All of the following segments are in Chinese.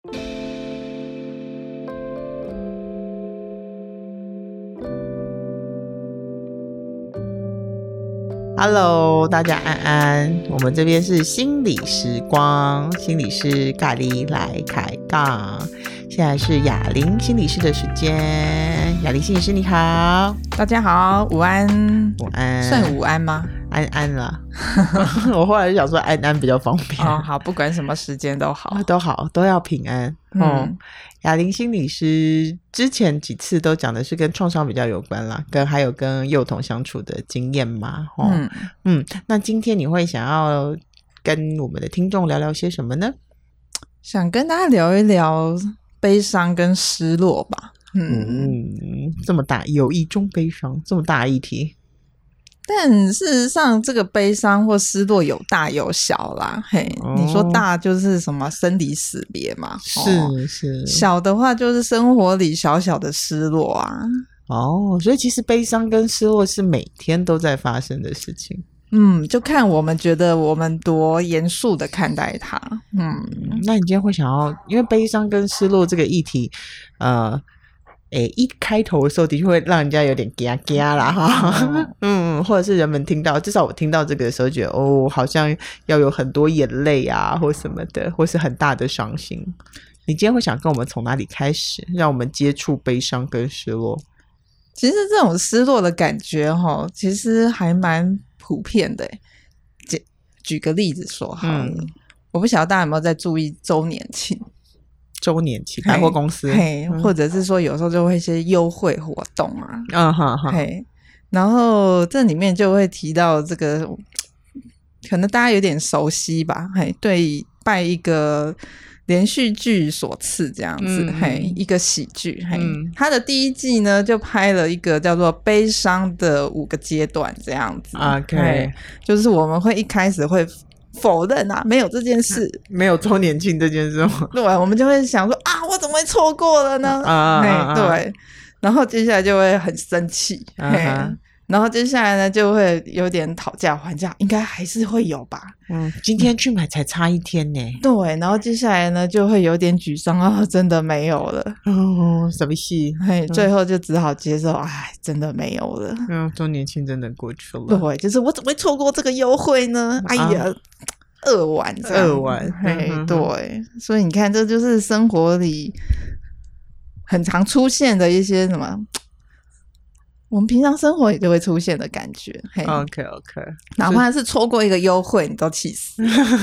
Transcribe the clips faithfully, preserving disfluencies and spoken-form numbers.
Hello， 大家安安，我们这边是心理时光，心理师咖喱来开杠。现在是雅玲心理师的时间，雅玲心理师你好。 大家好，午安。 午安， 算午安吗？ 安安啦。我后来就想说安安比较方便。 哦，好，不管什么时间都好， 都好，都要平安。嗯，哦、雅玲心理师之前几次都讲的是跟创伤比较有关啦，跟还有跟幼童相处的经验嘛。哦、嗯嗯，那今天你会想要跟我们的听众聊聊些什么呢？ 想跟大家聊一聊悲伤跟失落吧。嗯， 嗯，这么大，友谊中悲伤，这么大议题。 但事实上这个悲伤或失落有大有小啦。嘿、哦、你说大就是什么生离死别嘛， 是、哦、是， 小的话就是生活里小小的失落啊。 哦，所以其实悲伤跟失落是每天都在发生的事情。 嗯，就看我们觉得我们多严肃的看待它。嗯， 那你今天会想要，因为悲伤跟失落这个议题呃诶，一开头的时候的确会让人家有点嘎嘎啦哈，嗯，或者是人们听到，至少我听到这个的时候觉得哦，好像要有很多眼泪啊或什么的，或是很大的伤心。你今天会想跟我们从哪里开始让我们接触悲伤跟失落？ 其实这种失落的感觉齁，其实还蛮普遍的。举举个例子说好了、嗯、我不晓得大家有没有在注意周年庆。 周年庆百货公司、 嗯、或者是说有时候就会一些优惠活动啊， 嗯哈哈， 然后这里面就会提到这个可能大家有点熟悉吧，嘿，对，拜一个连续剧所赐这样子、嗯、嘿，一个喜剧，嘿、嗯，它的第一季呢就拍了一个叫做悲伤的五个阶段这样子 OK， 就是我们会一开始会否认啊，没有这件事， 没有周年庆这件事吗？ 对，我们就会想说啊，我怎么会错过了呢？啊啊啊对，然后接下来就会很生气，啊、然后接下来呢就会有点讨价还价，应该还是会有吧？ 嗯，今天去买才差一天呢。 对，然后接下来呢就会有点沮丧啊，真的没有了。 哦，什么戏？ 嘿，最后就只好接受，哎，真的没有了。 嗯，周年庆真的过去了。 对，就是我怎么会错过这个优惠呢？哎呀。啊二玩二玩， 嘿、嗯，对，所以你看，这就是生活里很常出现的一些什么，我们平常生活也就会出现的感觉。嘿 OK OK， 哪怕是错过一个优惠，你都气死。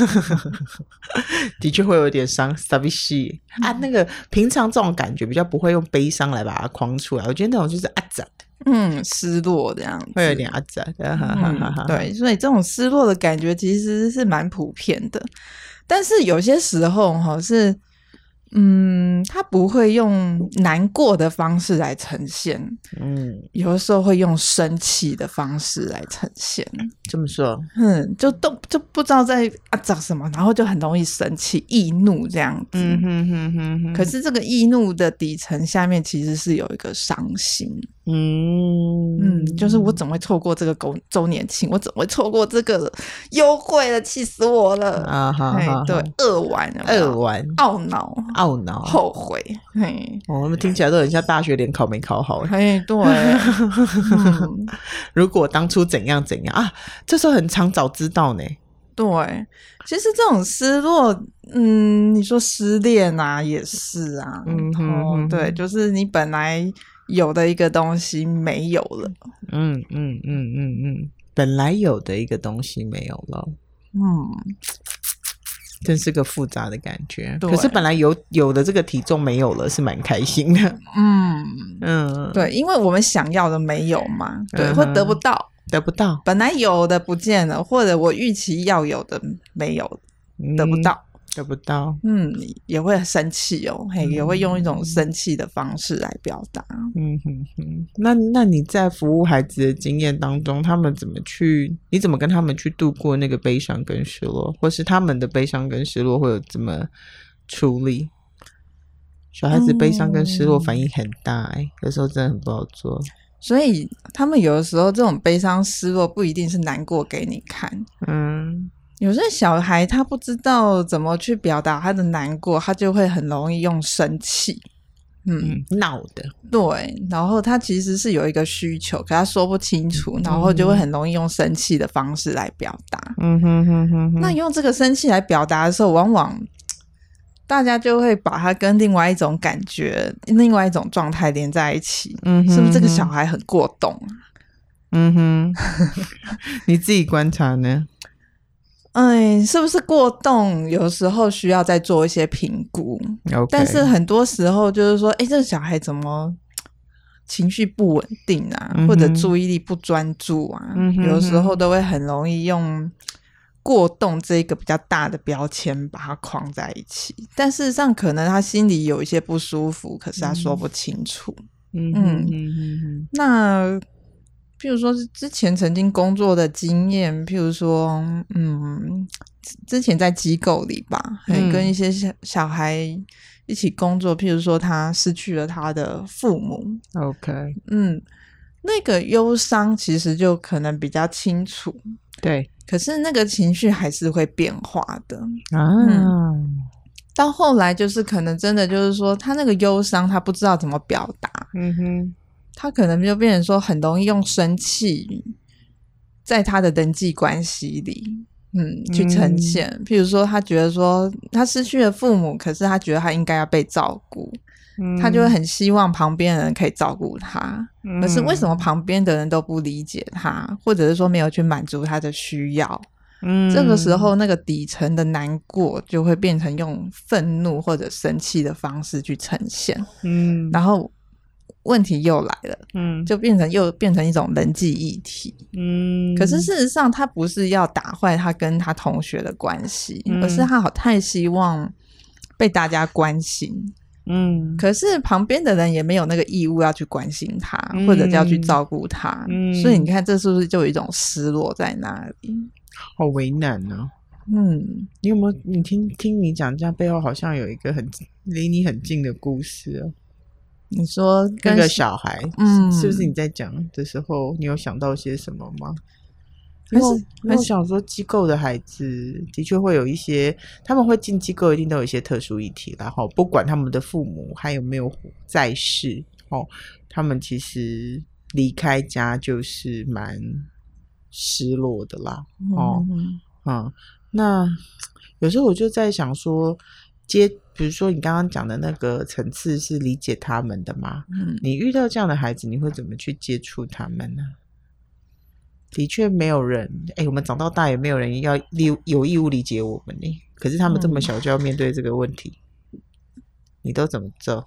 的确会有点伤，寂しい啊。那个平常这种感觉比较不会用悲伤来把它框出来，我觉得那种就是啊杂的。 嗯，失落这样子会有点阿杂的、 嗯、对，所以这种失落的感觉其实是蛮普遍的，但是有些时候齁是嗯，他不会用难过的方式来呈现，嗯，有的时候会用生气的方式来呈现。 这么说， 嗯，就都就不知道在啊找什么，然后就很容易生气、易怒这样子。嗯哼哼哼哼。可是这个易怒的底层下面其实是有一个伤心。嗯嗯，就是我怎么会错过这个周年庆？我怎么会错过这个优惠了？气死我了！啊哈哈，对，恶玩， 恶玩， 懊恼。 懊恼后悔，嘿， 哦，我们听起来都很像大学联考没考好。 嘿，对、嗯、 如果当初怎样怎样啊，这时候很常早知道呢。 对，其实这种失落，嗯，你说失恋啊也是啊，嗯哼哼、哦、对，就是你本来有的一个东西没有了， 嗯嗯嗯嗯嗯，本来有的一个东西没有了，嗯，真是个复杂的感觉。可是本来有有的这个体重没有了，是蛮开心的。嗯嗯，对，因为我们想要的没有嘛，对，嗯、或得不到， 得不到， 本来有的不见了，或者我预期要有的没有，得不到。 嗯得不到， 嗯，也会生气哦，嘿、嗯，也会用一种生气的方式来表达。 嗯哼哼，那那你在服务孩子的经验当中，他们怎么去？你怎么跟他们去度过那个悲伤跟失落，或是他们的悲伤跟失落会有怎么处理？小孩子悲伤跟失落反应很大、欸，哎、嗯，有时候真的很不好做。 所以他们有的时候这种悲伤失落不一定是难过给你看，嗯。 有些小孩他不知道怎么去表达他的难过，他就会很容易用生气， 嗯，闹的， 对，然后他其实是有一个需求，可他说不清楚，然后就会很容易用生气的方式来表达。 嗯哼哼哼哼。 那用这个生气来表达的时候，往往大家就会把它跟另外一种感觉、另外一种状态连在一起。嗯哼哼，是不是这个小孩很过动啊？ 嗯哼，你自己观察呢？ 哎，是不是过动？有时候需要再做一些评估。Okay. 但是很多时候就是说，哎，这个小孩怎么情绪不稳定啊，嗯、或者注意力不专注啊、嗯，有时候都会很容易用过动这个比较大的标签把它框在一起。但事实上，可能他心里有一些不舒服，可是他说不清楚。嗯嗯嗯，那。譬如说是之前曾经工作的经验，譬如说嗯，之前在机构里吧、嗯、跟一些小孩一起工作，譬如说他失去了他的父母 OK 嗯，那个忧伤其实就可能比较清楚， 对， 可是那个情绪还是会变化的啊、 嗯，到后来就是可能真的就是说他那个忧伤他不知道怎么表达， 嗯哼， 他可能就变成说很容易用生气在他的人际关系里嗯去呈现、嗯、譬如说他觉得说他失去了父母，可是他觉得他应该要被照顾、嗯、他就会很希望旁边的人可以照顾他、嗯、可是为什么旁边的人都不理解他，或者是说没有去满足他的需要，嗯，这个时候那个底层的难过就会变成用愤怒或者生气的方式去呈现，嗯，然后问题又来了，嗯，就变成又变成一种人际议题，嗯，可是事实上他不是要打坏他跟他同学的关系、嗯、而是他好太希望被大家关心，嗯，可是旁边的人也没有那个义务要去关心他、嗯、或者要去照顾他、嗯、所以你看这是不是就有一种失落在那里， 好为难啊。嗯，你有没有你听听你讲这样背后好像有一个很离你很近的故事哦。 你说那个小孩、嗯、是不是你在讲的时候你有想到些什么吗？还是我想说机构的孩子的确会有一些，他们会进机构一定都有一些特殊议题，然后不管他们的父母还有没有在世、哦、他们其实离开家就是蛮失落的啦、哦嗯嗯、那有时候我就在想说接比如说你刚刚讲的那个层次是理解他们的嘛、嗯、你遇到这样的孩子你会怎么去接触他们呢？的确没有人哎、欸，我们长到大也没有人要有义务理解我们呢，可是他们这么小就要面对这个问题、嗯、你都怎么做？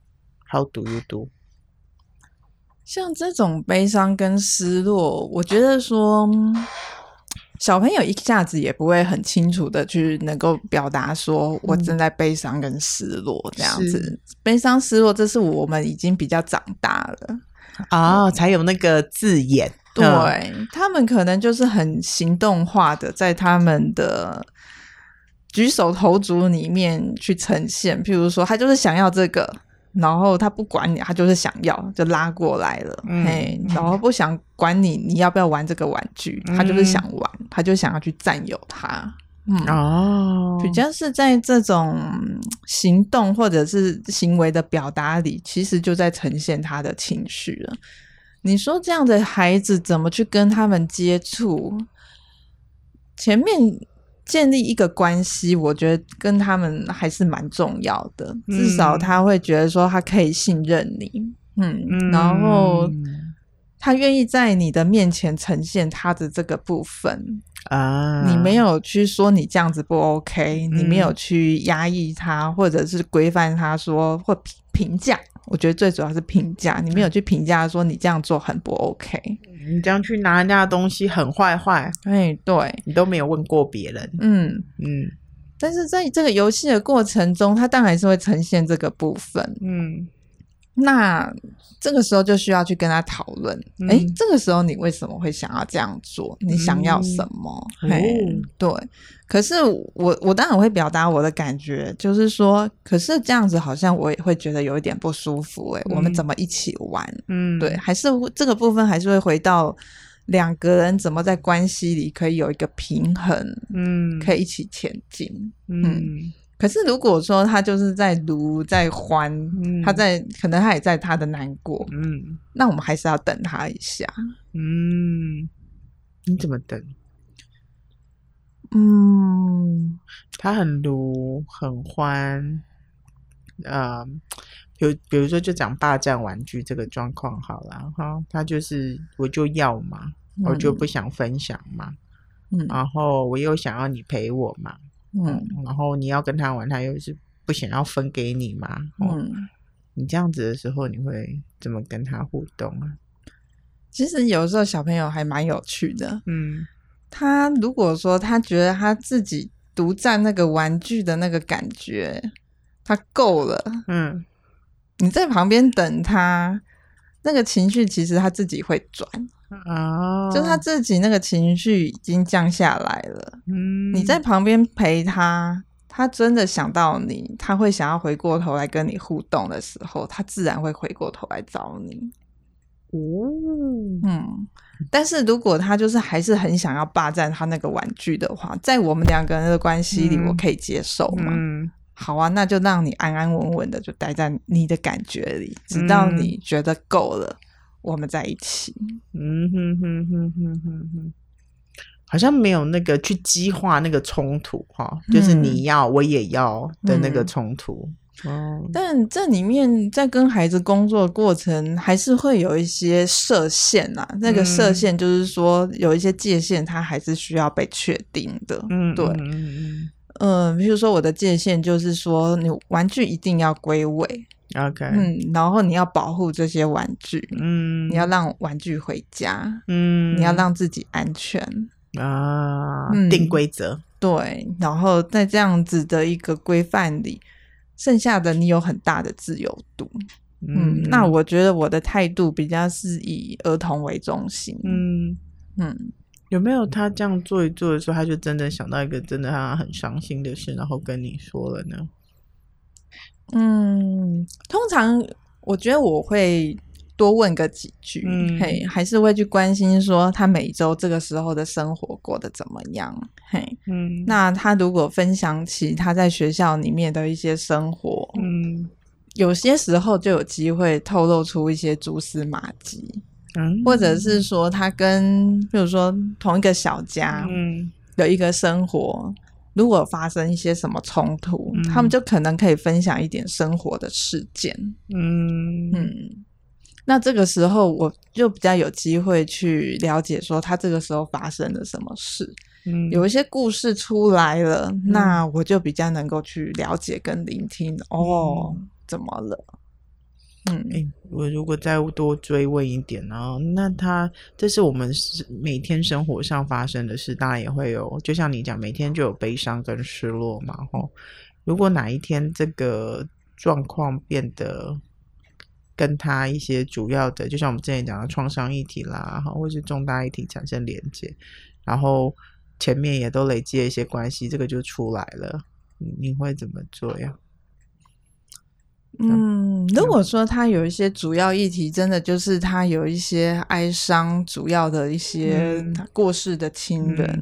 How do you do？ 像这种悲伤跟失落，我觉得说小朋友一下子也不会很清楚的去能够表达说我正在悲伤跟失落这样子、嗯、悲伤失落这是我们已经比较长大了啊、哦，才有那个字眼， 对、嗯、他们可能就是很行动化的在他们的举手投足里面去呈现，譬如说他就是想要这个，然后他不管你，他就是想要就拉过来了、嗯、嘿，然后不想管你你要不要玩这个玩具、嗯、他就是想玩，他就想要去占有它，嗯哦，比较是在这种行动或者是行为的表达里其实就在呈现他的情绪了。你说这样的孩子怎么去跟他们接触？前面建立一个关系我觉得跟他们还是蛮重要的、嗯、至少他会觉得说他可以信任你， 嗯, 嗯然后他愿意在你的面前呈现他的这个部分啊，你没有去说你这样子不 OK、嗯、你没有去压抑他或者是规范他说或评价，我觉得最主要是评价，你没有去评价说你这样做很不 OK， 你这样去拿人家的东西很坏坏， 哎，对， 你都没有问过别人，嗯嗯，但是在这个游戏的过程中他当然是会呈现这个部分，嗯，那这个时候就需要去跟他讨论，哎、嗯，这个时候你为什么会想要这样做？你想要什么？嗯、嘿，对。可是我我当然会表达我的感觉，就是说，可是这样子好像我也会觉得有一点不舒服、欸，哎、嗯，我们怎么一起玩？嗯，对，还是这个部分还是会回到两个人怎么在关系里可以有一个平衡，嗯，可以一起前进，嗯。嗯，可是如果说他就是在撸在欢、嗯、他在可能他也在他的难过，嗯，那我们还是要等他一下。 嗯，你怎么等？ 嗯， 他很撸很欢，呃，比如比如说就讲霸占玩具这个状况好了哈，他就是我就要嘛、嗯、我就不想分享嘛，嗯，然后我又想要你陪我嘛，嗯，然后你要跟他玩他又是不想要分给你嘛，嗯，你这样子的时候你会怎么跟他互动啊？ 其实有时候小朋友还蛮有趣的，嗯，他如果说他觉得他自己独占那个玩具的那个感觉他够了，嗯，你在旁边等他那个情绪其实他自己会转，哦，就他自己那个情绪已经降下来了，嗯，你在旁边陪他，他真的想到你，他会想要回过头来跟你互动的时候，他自然会回过头来找你。哦，嗯，但是如果他就是还是很想要霸占他那个玩具的话，在我们两个人的关系里，我可以接受吗？嗯，好啊，那就让你安安稳稳的就待在你的感觉里，直到你觉得够了，嗯，我们在一起。 嗯哼哼哼哼哼哼，好像没有那个去激化那个冲突哈，嗯，就是你要我也要的那个冲突。嗯哦，但这里面在跟孩子工作的过程还是会有一些设限啊，那个设限就是说有一些界限它还是需要被确定的。嗯，对，嗯嗯嗯，比如说我的界限就是说你玩具一定要归位 OK， 嗯，然后你要保护这些玩具，嗯，你要让玩具回家，嗯，你要让自己安全啊，嗯，定规则， 对，然后在这样子的一个规范里，剩下的你有很大的自由度。 嗯, 嗯，那我觉得我的态度比较是以儿童为中心。嗯嗯，有没有他这样做一做的时候，他就真的想到一个真的让他很伤心的事，然后跟你说了呢？ 嗯，通常我觉得我会多问个几句，嗯，嘿，还是会去关心说他每周这个时候的生活过得怎么样，嘿，嗯，那他如果分享起他在学校里面的一些生活，嗯，有些时候就有机会透露出一些蛛丝马迹，嗯，或者是说他跟比如说同一个小家，嗯，有一个生活，如果发生一些什么冲突，嗯，他们就可能可以分享一点生活的事件，嗯嗯，那这个时候我就比较有机会去了解说他这个时候发生了什么事，嗯，有一些故事出来了，嗯，那我就比较能够去了解跟聆听，哦，嗯，怎么了？ 嗯，欸，我如果再多追问一点呢，那他这是我们每天生活上发生的事，当然也会有，就像你讲，每天就有悲伤跟失落嘛，齁。如果哪一天这个状况变得跟他一些主要的，就像我们之前讲的创伤议题啦，或是重大议题产生连结，然后前面也都累积了一些关系，这个就出来了，你会怎么做呀？ 嗯，如果说他有一些主要议题，真的就是他有一些哀伤，主要的一些过世的亲人，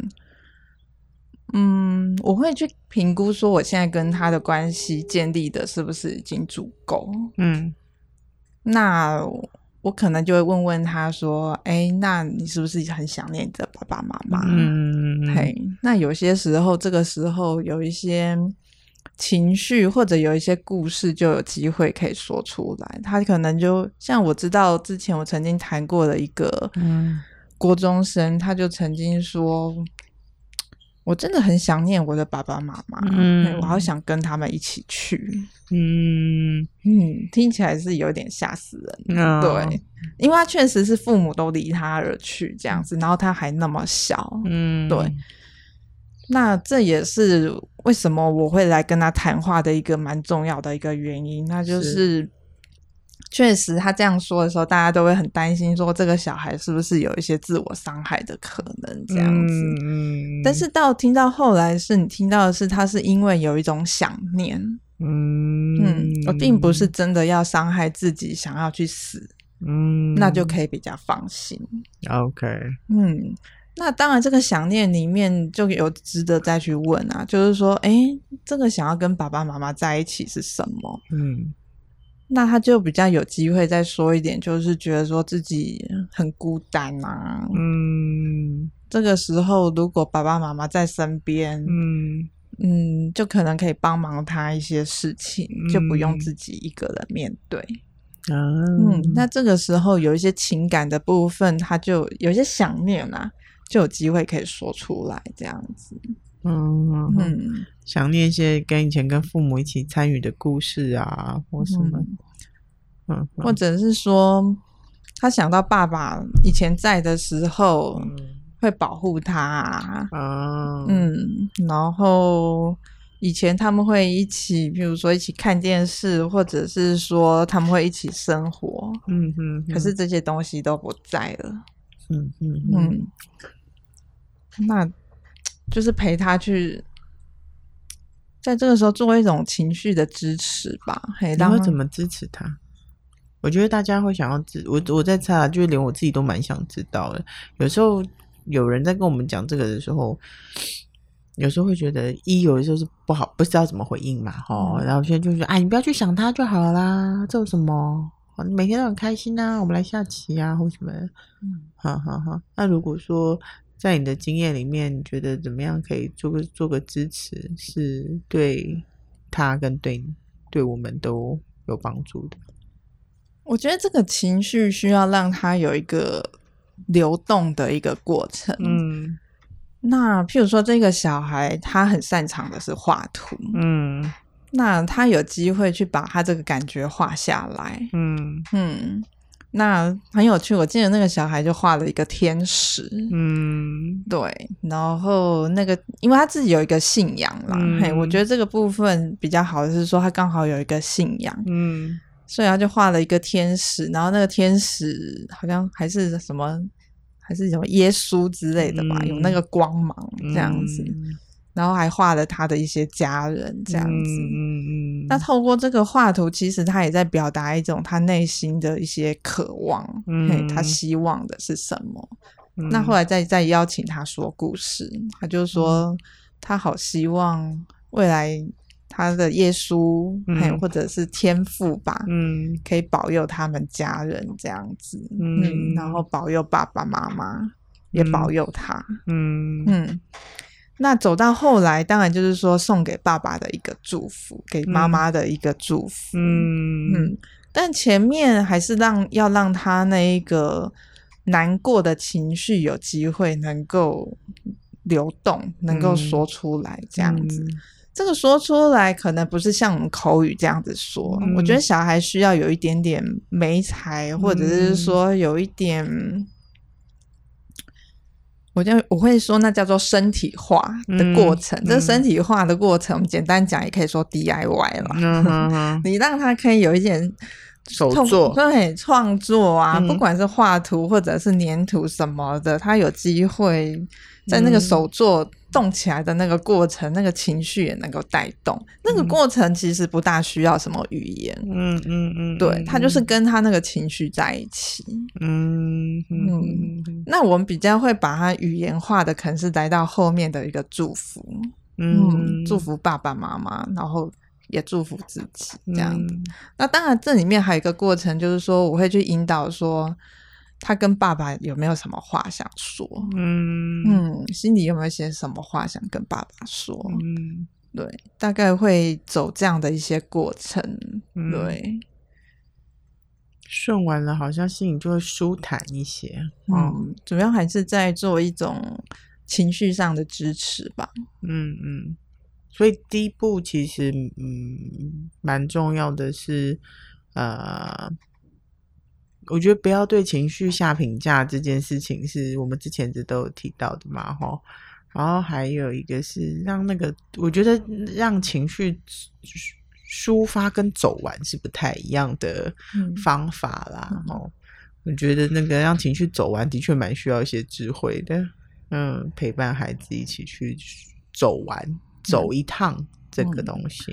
嗯, 嗯，我会去评估说我现在跟他的关系建立的是不是已经足够，嗯，那我可能就会问问他说，哎，那你是不是很想念你的爸爸妈妈？嗯，嘿，那有些时候这个时候有一些情绪或者有一些故事就有机会可以说出来，他可能就像我知道之前我曾经谈过的一个国中生，他就曾经说，我真的很想念我的爸爸妈妈，嗯，我好想跟他们一起去，嗯嗯，听起来是有点吓死人，嗯，对，因为他确实是父母都离他而去这样子，然后他还那么小，嗯，对，那这也是为什么我会来跟他谈话的一个蛮重要的一个原因，那就是确实他这样说的时候，大家都会很担心说这个小孩是不是有一些自我伤害的可能这样子，嗯，但是到听到后来是你听到的是他是因为有一种想念，嗯嗯，我并不是真的要伤害自己想要去死， 嗯，那就可以比较放心。 OK， 嗯，那当然这个想念里面就有值得再去问啊，就是说诶这个想要跟爸爸妈妈在一起是什么？嗯，那他就比较有机会再说一点，就是觉得说自己很孤单啊。嗯，这个时候如果爸爸妈妈在身边，嗯嗯，就可能可以帮忙他一些事情，就不用自己一个人面对。嗯，那这个时候有一些情感的部分，他就有一些想念啊，就有机会可以说出来这样子。 嗯嗯，想念一些跟以前跟父母一起参与的故事啊，或什么， 嗯，嗯或者是说他想到爸爸以前在的时候，嗯，会保护他啊，啊嗯，然后以前他们会一起比如说一起看电视，或者是说他们会一起生活，嗯哼哼，可是这些东西都不在了。嗯嗯嗯，那就是陪他去在这个时候做一种情绪的支持吧。 你会怎么支持他？我觉得大家会想要知我我在猜啊，就是连我自己都蛮想知道的。有时候有人在跟我们讲这个的时候，有时候会觉得一有的时候是不好，不知道怎么回应嘛，齁、嗯、然后现在就说哎，你不要去想他就好啦，这有什么？你每天都很开心啊，我们来下棋啊，或什么的。嗯，好好好。那如果说在你的经验里面，你觉得怎么样可以做个做个支持，是对他跟对对我们都有帮助的？ 我觉得这个情绪需要让它有一个流动的一个过程。嗯，那譬如说这个小孩他很擅长的是画图，嗯，那他有机会去把他这个感觉画下来。嗯嗯，那很有趣，我记得那个小孩就画了一个天使。嗯，对，然后那个因为他自己有一个信仰啦，嗯，嘿，我觉得这个部分比较好的是说他刚好有一个信仰。嗯，所以他就画了一个天使，然后那个天使好像还是什么还是什么耶稣之类的吧，嗯，有那个光芒这样子，嗯，然后还画了他的一些家人这样子。嗯嗯，那透过这个画图其实他也在表达一种他内心的一些渴望。嗯，他希望的是什么。嗯，那后来再再邀请他说故事，他就说他好希望未来他的耶稣，嗯，或者是天父吧，嗯，可以保佑他们家人这样子。 嗯, 嗯然后保佑爸爸妈妈，嗯，也保佑他。嗯嗯那走到后来当然就是说送给爸爸的一个祝福，给妈妈的一个祝福。嗯嗯但前面还是让要让他那一个难过的情绪有机会能够流动，能够说出来这样子。嗯这个说出来可能不是像我们口语这样子说，嗯，我觉得小孩需要有一点点媒材，或者是说有一点，嗯，我就我会说那叫做身体化的过程。嗯，这身体化的过程我们简单讲也可以说 D I Y 了。嗯哼哼你让他可以有一点手作， 对，创作啊，嗯，不管是画图或者是粘土什么的，他有机会在那个手作动起来的那个过程，嗯，那个情绪也能够带动。那个过程其实不大需要什么语言。嗯嗯嗯，对，他就是跟他那个情绪在一起。嗯嗯，那我们比较会把它语言化的，可能是来到后面的一个祝福。嗯，祝福爸爸妈妈，然后也祝福自己这样子。嗯，那当然这里面还有一个过程，就是说我会去引导说他跟爸爸有没有什么话想说。嗯嗯，心里有没有一些什么话想跟爸爸说。嗯，对，大概会走这样的一些过程。嗯，对， 顺完了好像心里就会舒坦一些。 嗯，主要还是在做一种情绪上的支持吧。 嗯嗯，所以第一步其实嗯蛮重要的是呃我觉得不要对情绪下评价这件事情是我们之前都有提到的嘛齁。然后还有一个是让那个我觉得让情绪抒发跟走完是不太一样的方法啦。齁、嗯，我觉得那个让情绪走完的确蛮需要一些智慧的。嗯，陪伴孩子一起去走完走一趟这个东西。嗯，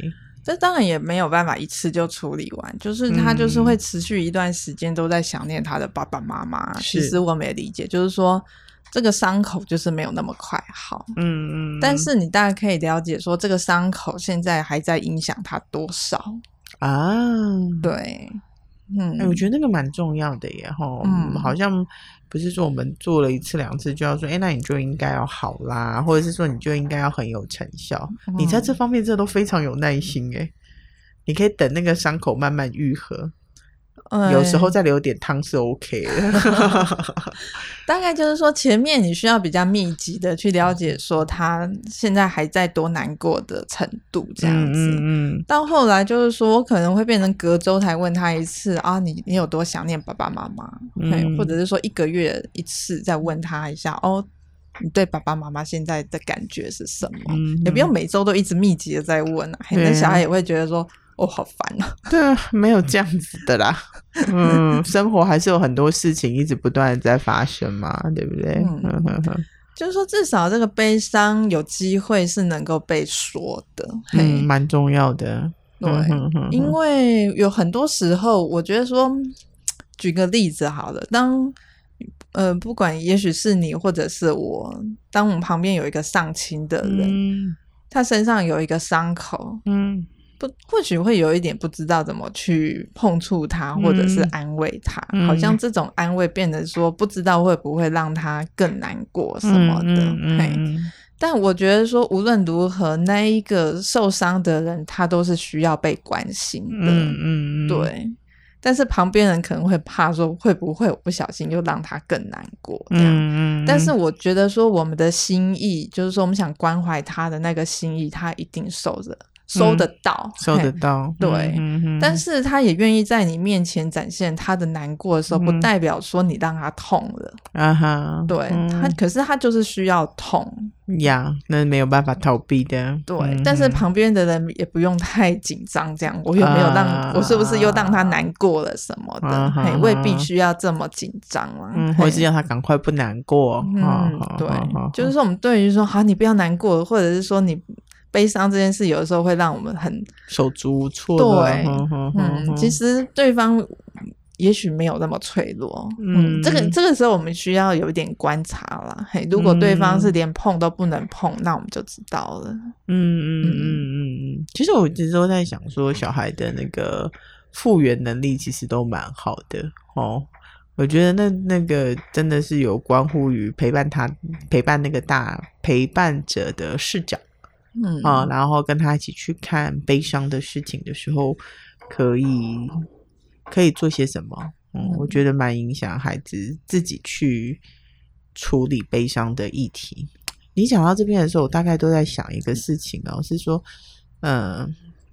这当然也没有办法一次就处理完，就是他就是会持续一段时间都在想念他的爸爸妈妈、嗯、其实我们也理解，就是说这个伤口就是没有那么快好，嗯嗯，但是你大概可以了解说这个伤口现在还在影响他多少啊？对， 嗯、欸，我觉得那个蛮重要的耶齁，嗯，好像不是说我们做了一次两次就要说，哎、欸，那你就应该要好啦，或者是说你就应该要很有成效、嗯、你在这方面真的都非常有耐心耶，你可以等那个伤口慢慢愈合、嗯、有时候再留点汤是 OK 的大概就是说前面你需要比较密集的去了解说他现在还在多难过的程度这样子，嗯嗯嗯，到后来就是说我可能会变成隔周才问他一次啊，你你有多想念爸爸妈妈、嗯、或者是说一个月一次再问他一下哦，你对爸爸妈妈现在的感觉是什么、嗯、也不用每周都一直密集的在问啊，那小孩也会觉得说哦好烦啊， 对啊，没有这样子的啦嗯，生活还是有很多事情一直不断的在发生嘛，对不对？嗯， 就是说至少这个悲伤有机会是能够被说的， 嗯，蛮重要的。 对、嗯、因为有很多时候我觉得说举个例子好了，当呃，不管也许是你或者是我，当我们旁边有一个丧亲的人、嗯、他身上有一个伤口，嗯，不，或许会有一点不知道怎么去碰触他或者是安慰他、嗯、好像这种安慰变得说不知道会不会让他更难过什么的、嗯嗯嗯、但我觉得说无论如何那一个受伤的人他都是需要被关心的，嗯嗯嗯，对，但是旁边人可能会怕说会不会我不小心又让他更难过这样、嗯嗯嗯、但是我觉得说我们的心意就是说我们想关怀他的那个心意他一定受着收得到、 嗯、收得到， 对、嗯嗯、但是他也愿意在你面前展现他的难过的时候、嗯、不代表说你让他痛了啊哈，对、嗯、他可是他就是需要痛呀，那没有办法逃避的， 对、嗯、但是旁边的人也不用太紧张这样我有没有让、啊、我是不是又让他难过了什么的、啊、嘿未必需要这么紧张啦、 嗯、或者是让他赶快不难过， 嗯、啊、对、啊、就是说我们对于说好你不要难过，或者是说你悲伤这件事有的时候会让我们很手足无措， 对，嗯，其实对方也许没有那么脆弱，嗯，这个这个时候我们需要有一点观察啦，嘿，如果对方是连碰都不能碰、嗯、那我们就知道了， 嗯嗯嗯嗯嗯，其实我一直都在想说小孩的那个复原能力其实都蛮好的哦，我觉得那那个真的是有关乎于陪伴他陪伴那个大陪伴者的视角，嗯啊，然后跟他一起去看悲伤的事情的时候可以可以做些什么，嗯，我觉得蛮影响孩子自己去处理悲伤的议题。你讲到这边的时候我大概都在想一个事情哦，是说嗯，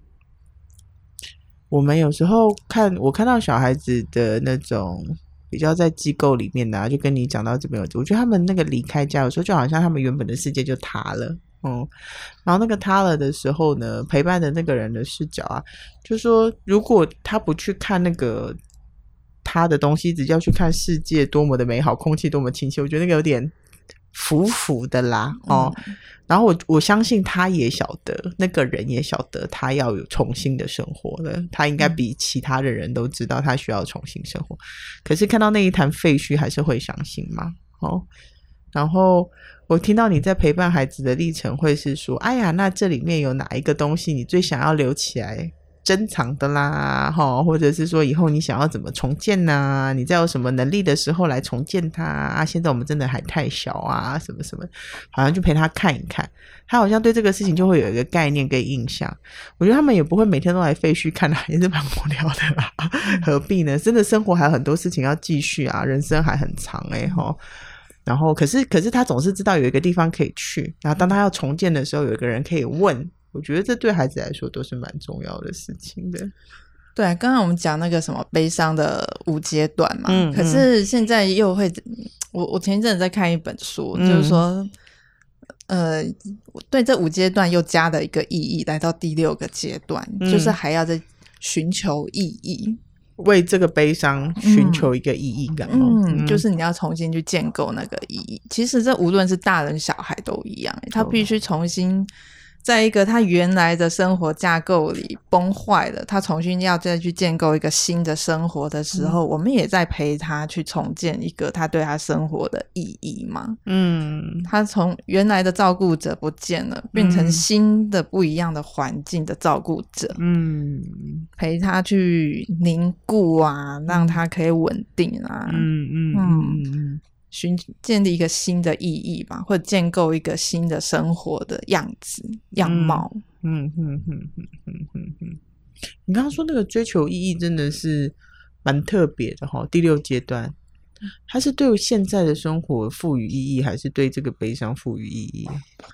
我们有时候看我看到小孩子的那种比较在机构里面的、啊、就跟你讲到这边，我觉得他们那个离开家有时候就好像他们原本的世界就塌了，嗯，然后那个塌了的时候呢，陪伴的那个人的视角啊，就说如果他不去看那个他的东西，只要去看世界多么的美好，空气多么清晰，我觉得那个有点浮浮的啦，哦、嗯，然后我我相信他也晓得，那个人也晓得他要有重新的生活了，他应该比其他的人都知道他需要重新生活，可是看到那一潭废墟还是会伤心嘛，哦，然后我听到你在陪伴孩子的历程会是说，哎呀，那这里面有哪一个东西你最想要留起来珍藏的啦，或者是说以后你想要怎么重建啊，你在有什么能力的时候来重建它啊，现在我们真的还太小啊，什么什么，好像就陪他看一看，他好像对这个事情就会有一个概念跟印象。我觉得他们也不会每天都来废墟看啊，也是蛮无聊的啦，何必呢，真的生活还有很多事情要继续啊，人生还很长欸齁，然后可是可是他总是知道有一个地方可以去，然后当他要重建的时候有一个人可以问，我觉得这对孩子来说都是蛮重要的事情的。 对，刚刚我们讲那个什么悲伤的五阶段嘛，嗯，可是现在又会我我前一阵子在看一本书，嗯，就是说呃，对这五阶段又加了一个意义，来到第六个阶段，嗯，就是还要再寻求意义， 为这个悲伤寻求一个意义感， 嗯，嗯，就是你要重新去建构那个意义。其实这无论是大人小孩都一样，他必须重新在一个他原来的生活架构里崩坏了，他重新要再去建构一个新的生活的时候、嗯、我们也在陪他去重建一个他对他生活的意义嘛。嗯，他从原来的照顾者不见了，变成新的不一样的环境的照顾者。嗯，陪他去凝固啊，让他可以稳定啊。嗯嗯嗯嗯，寻建立一个新的意义吧，或者建构一个新的生活的样子样貌。嗯嗯嗯嗯嗯嗯嗯。你刚刚说那个追求意义真的是蛮特别的齁，第六阶段，它是对现在的生活赋予意义，还是对这个悲伤赋予意义？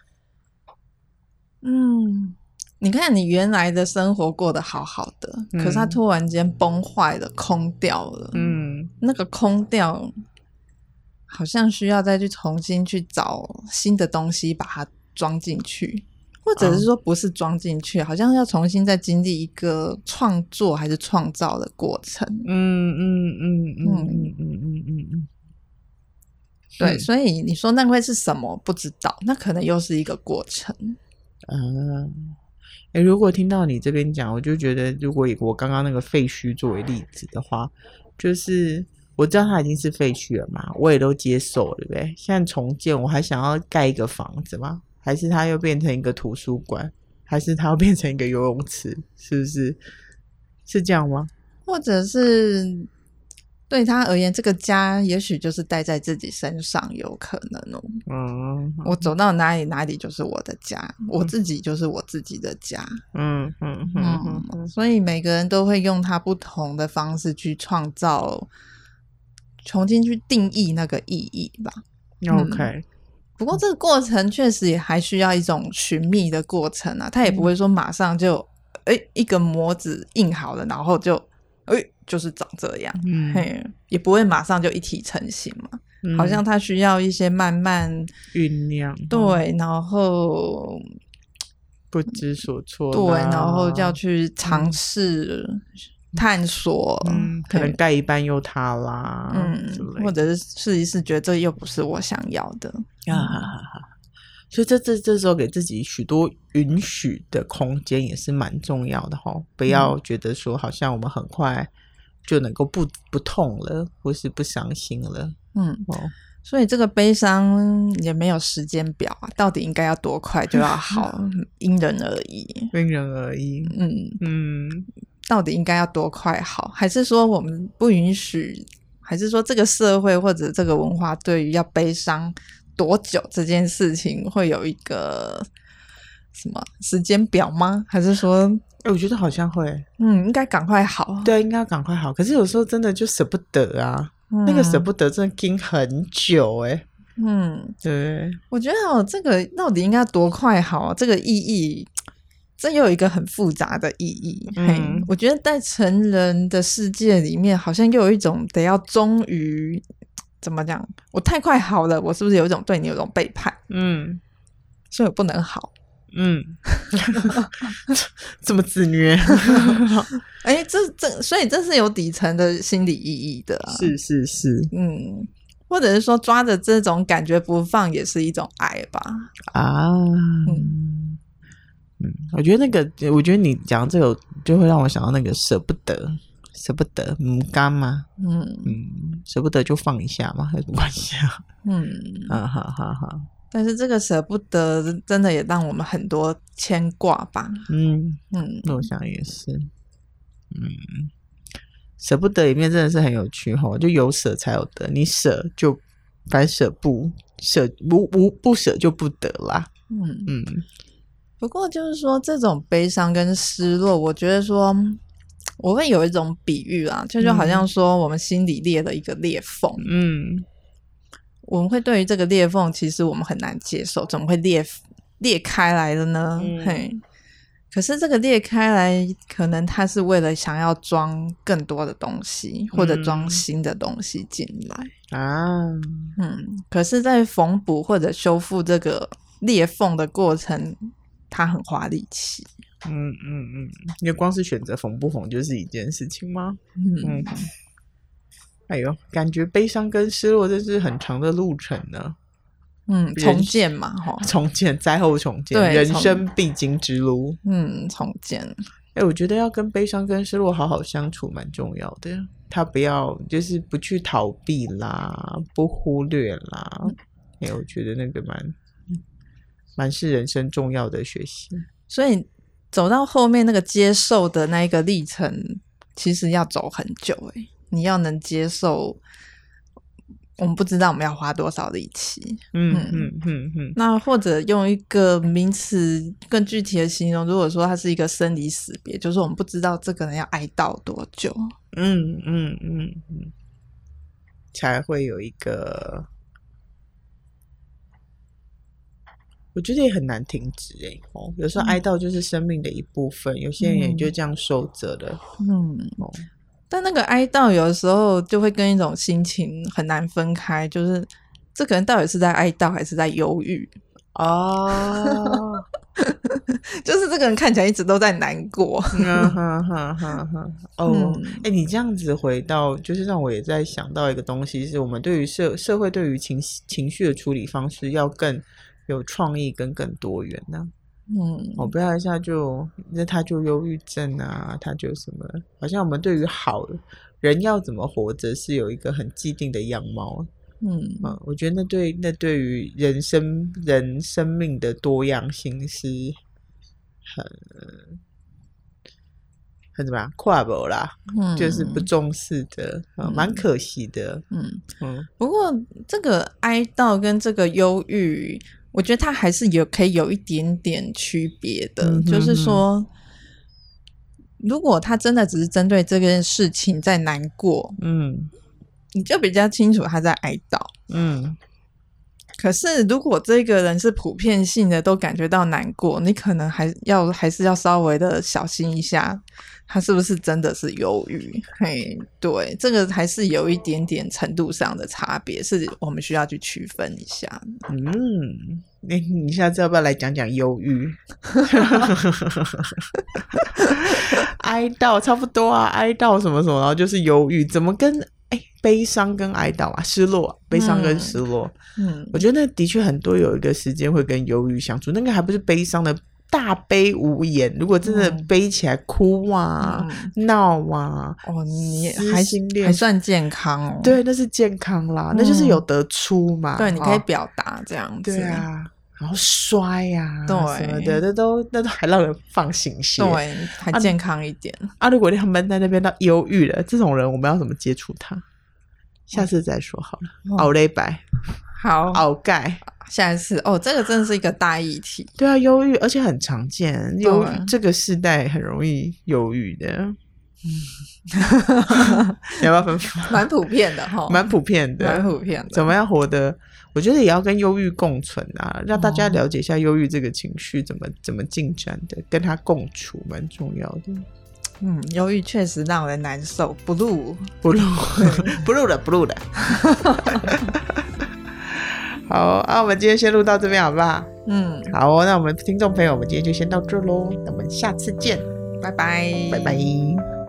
嗯，你看你原来的生活过得好好的，嗯、可是它突然间崩坏了，空掉了。嗯，那个空掉。好像需要再去重新去找新的东西把它装进去，或者是说不是装进去、哦、好像要重新再经历一个创作还是创造的过程。嗯嗯嗯嗯嗯嗯嗯嗯嗯，对，所以你说那会是什么不知道，那可能又是一个过程。 嗯，欸，如果听到你这边讲，我就觉得如果以我刚刚那个废墟作为例子的话，就是我知道它已经是废墟了嘛，我也都接受了，对不对？现在重建，我还想要盖一个房子吗？还是它又变成一个图书馆？还是它要变成一个游泳池？是不是？是这样吗？ 或者是对他而言，这个家也许就是带在自己身上，有可能哦。嗯，我走到哪里，哪里就是我的家，嗯、我自己就是我自己的家。嗯嗯嗯嗯，所以每个人都会用他不同的方式去创造。重新去定义那个意义吧。 OK、 嗯、不过这个过程确实也还需要一种寻觅的过程啊，他也不会说马上就诶、欸、一个模子印好了然后就诶、欸、就是长这样。嗯，嘿，也不会马上就一体成型嘛。嗯、好像他需要一些慢慢酝酿， 对，然后不知所措， 对，然后要去尝试、嗯探索， 嗯，可能盖一半又塌啦，嗯， 或者是试一试，觉得这又不是我想要的啊，哈哈哈。所以这这这时候给自己许多允许的空间也是蛮重要的齁，不要觉得说好像我们很快就能够不不痛了，或是不伤心了，嗯，哦， 所以这个悲伤也没有时间表啊，到底应该要多快就要好，因人而异， 因人而异，嗯嗯。到底应该要多快好，还是说我们不允许，还是说这个社会或者这个文化对于要悲伤多久这件事情会有一个什么时间表吗？还是说、 欸、我觉得好像会嗯，应该赶快好， 对，应该要赶快好，可是有时候真的就舍不得啊、嗯、那个舍不得真的盯很久欸。嗯，对， 我觉得哦，这个到底应该多快好，这个意义这又有一个很复杂的意义。嗯，我觉得在成人的世界里面好像又有一种得要忠于，怎么讲，我太快好了，我是不是有一种对你有一种背叛？嗯，所以我不能好。嗯这么自虐哎，这这所以这是有底层的心理意义的、啊、 是是是。 嗯，或者是说抓着这种感觉不放也是一种爱吧。啊， 嗯嗯，我觉得那个，我觉得你讲这个就会让我想到那个舍不得，舍不得，唔甘嘛，嗯嗯，舍不得就放一下嘛，有什么关系啊？嗯，啊哈哈哈。 但是这个舍不得真的也让我们很多牵挂吧。 嗯嗯，我想也是。嗯，舍不得里面真的是很有趣齁，就有舍才有得，你舍就反舍不舍不不不舍就不得啦。嗯嗯。 不过就是说这种悲伤跟失落，我觉得说我会有一种比喻啊，就就好像说我们心里裂了一个裂缝。嗯，我们会对于这个裂缝其实我们很难接受，怎么会裂裂开来的呢？嗯，嘿，可是这个裂开来可能它是为了想要装更多的东西，或者装新的东西进来啊。嗯，可是在缝补或者修复这个裂缝的过程，它很花力气。 嗯嗯嗯，因为光是选择缝不缝就是一件事情吗？嗯嗯，哎呦，感觉悲伤跟失落这是很长的路程呢。 嗯，重建嘛， 重建灾后重建，人生必经之路。 嗯，重建。 哎、欸，我觉得要跟悲伤跟失落好好相处蛮重要的。他不要就是不去逃避啦，不忽略啦。哎、欸，我觉得那个蛮蛮是人生重要的学习。 所以走到后面那个接受的那一个历程，其实要走很久。哎、欸，你要能接受。我们不知道我们要花多少力气， 嗯嗯嗯嗯。 那或者用一个名词更具体的形容，如果说它是一个生离死别，就是我们不知道这个人要哀悼多久， 嗯嗯嗯嗯，才会有一个，我觉得也很难停止哎、欸、哦，有时候哀悼就是生命的一部分，嗯、有些人也就这样收着了， 嗯哦。但那个哀悼有的时候就会跟一种心情很难分开，就是这个人到底是在哀悼还是在忧郁哦就是这个人看起来一直都在难过嗯哼哼哼哼哦，哎、欸，你这样子回到就是让我也在想到一个东西，是我们对于社社会对于情情绪的处理方式要更有创意跟更多元呢、啊嗯，我、哦、不要一下就那他就忧郁症啊，他就什么，好像我们对于好人要怎么活着是有一个很既定的样貌。嗯嗯，我觉得那对那对于人生人生命的多样性是很很怎么样跨步啦，嗯，就是不重视的，蛮、嗯、可惜的。嗯嗯，不过这个哀悼跟这个忧郁。我觉得它还是有可以有一点点区别的、嗯、就是说如果他真的只是针对这件事情在难过，嗯，你就比较清楚他在哀悼，嗯，可是如果这个人是普遍性的都感觉到难过，你可能还要还是要稍微的小心一下他是不是真的是忧郁。嘿，对，这个还是有一点点程度上的差别，是我们需要去区分一下。 嗯，你你下次要不要来讲讲忧郁？哀悼差不多啊，哀悼什么什么，然后就是忧郁，怎么跟哎悲伤跟哀悼啊，失落，悲伤跟失落，嗯，我觉得那的确很多有一个时间会跟忧郁相处，那个还不是悲伤的。大悲无言，如果真的悲起来哭啊、嗯、闹啊， 哦，你还还算健康哦。 对，那是健康啦，嗯、那就是有得出嘛。 对，你可以表达这样子。 对啊，然后摔啊，对什么的，那都那都还让人放心些， 对，还健康一点。 啊，啊如果他们在那边到忧郁了，这种人我们要怎么接触他？下次再说好了。熬雷白， 好， 熬盖。 下一次哦，这个真的是一个大议题。 对啊，忧郁，而且很常见，忧这个世代很容易忧郁的。嗯，要不要分享？ 蛮普遍的哈， 蛮普遍的， 蛮普遍的。 怎么样活得？我觉得也要跟忧郁共存啊，让大家了解一下忧郁这个情绪怎么怎么进展的，跟它共处蛮重要的。 嗯，忧郁确实让人难受，不录不录不录了不录了。好啊，我们今天先录到这边好不好？嗯，好哦，那我们听众朋友，我们今天就先到这咯，那我们下次见， 拜拜， 拜拜。